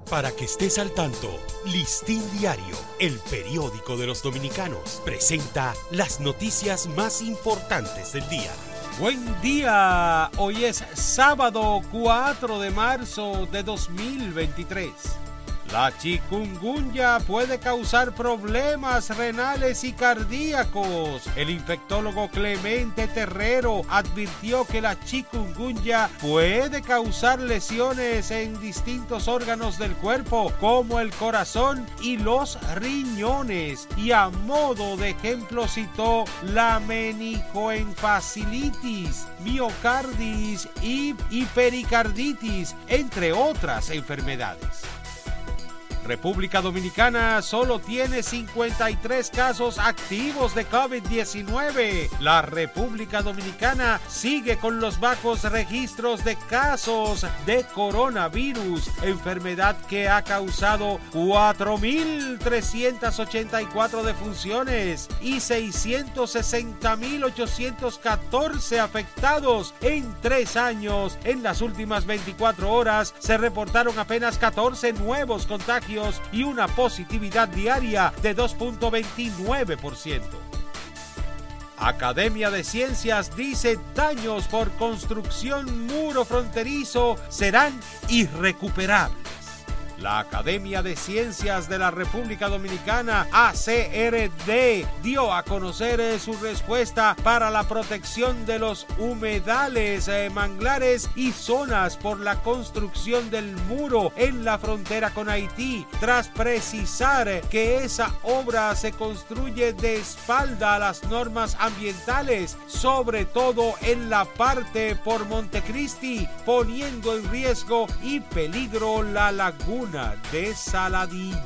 Para que estés al tanto, Listín Diario, el periódico de los dominicanos, presenta las noticias más importantes del día. Buen día, hoy es sábado 4 de marzo de 2023. La chikungunya puede causar problemas renales y cardíacos. El infectólogo Clemente Terrero advirtió que la chikungunya puede causar lesiones en distintos órganos del cuerpo, como el corazón y los riñones. Y a modo de ejemplo citó la menicoenfasilitis, miocarditis y pericarditis, entre otras enfermedades. República Dominicana solo tiene 53 casos activos de COVID-19. La República Dominicana sigue con los bajos registros de casos de coronavirus, enfermedad que ha causado 4.384 defunciones y 660.814 afectados en 3 años. En las últimas 24 horas se reportaron apenas 14 nuevos contagios y una positividad diaria de 2.29%. Academia de Ciencias dice daños por construcción muro fronterizo serán irrecuperables. La Academia de Ciencias de la República Dominicana, ACRD, dio a conocer su respuesta para la protección de los humedales, manglares y zonas por la construcción del muro en la frontera con Haití, tras precisar que esa obra se construye de espalda a las normas ambientales, sobre todo en la parte por Montecristi, poniendo en riesgo y peligro la laguna de Saladillo.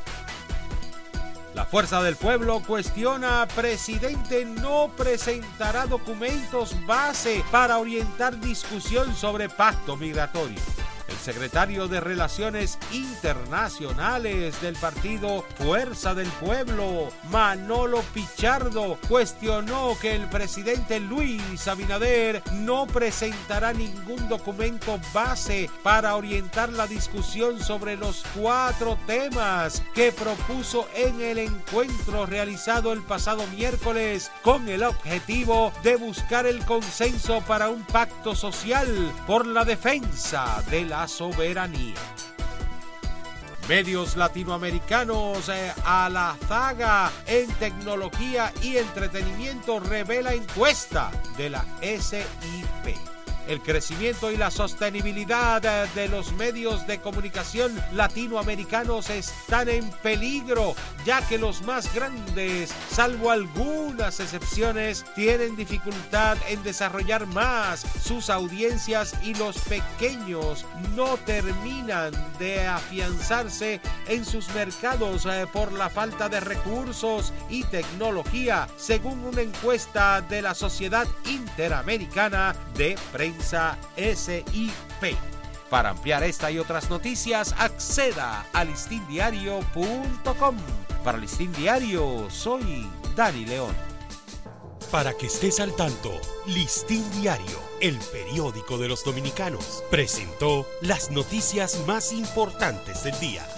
La Fuerza del Pueblo cuestiona: presidente no presentará documentos base para orientar discusión sobre pacto migratorio. El secretario de Relaciones Internacionales del partido Fuerza del Pueblo, Manolo Pichardo, cuestionó que el presidente Luis Abinader no presentará ningún documento base para orientar la discusión sobre los 4 temas que propuso en el encuentro realizado el pasado miércoles, con el objetivo de buscar el consenso para un pacto social por la defensa de la soberanía. Medios latinoamericanos a la zaga en tecnología y entretenimiento, revela encuesta de la SIP. El crecimiento y la sostenibilidad de los medios de comunicación latinoamericanos están en peligro, ya que los más grandes, salvo algunas excepciones, tienen dificultad en desarrollar más sus audiencias y los pequeños no terminan de afianzarse en sus mercados por la falta de recursos y tecnología, según una encuesta de la Sociedad Interamericana de Prensa SIP. Para ampliar esta y otras noticias, acceda a listindiario.com. Para Listín Diario, soy Dani León. Para que estés al tanto, Listín Diario, el periódico de los dominicanos, presentó las noticias más importantes del día.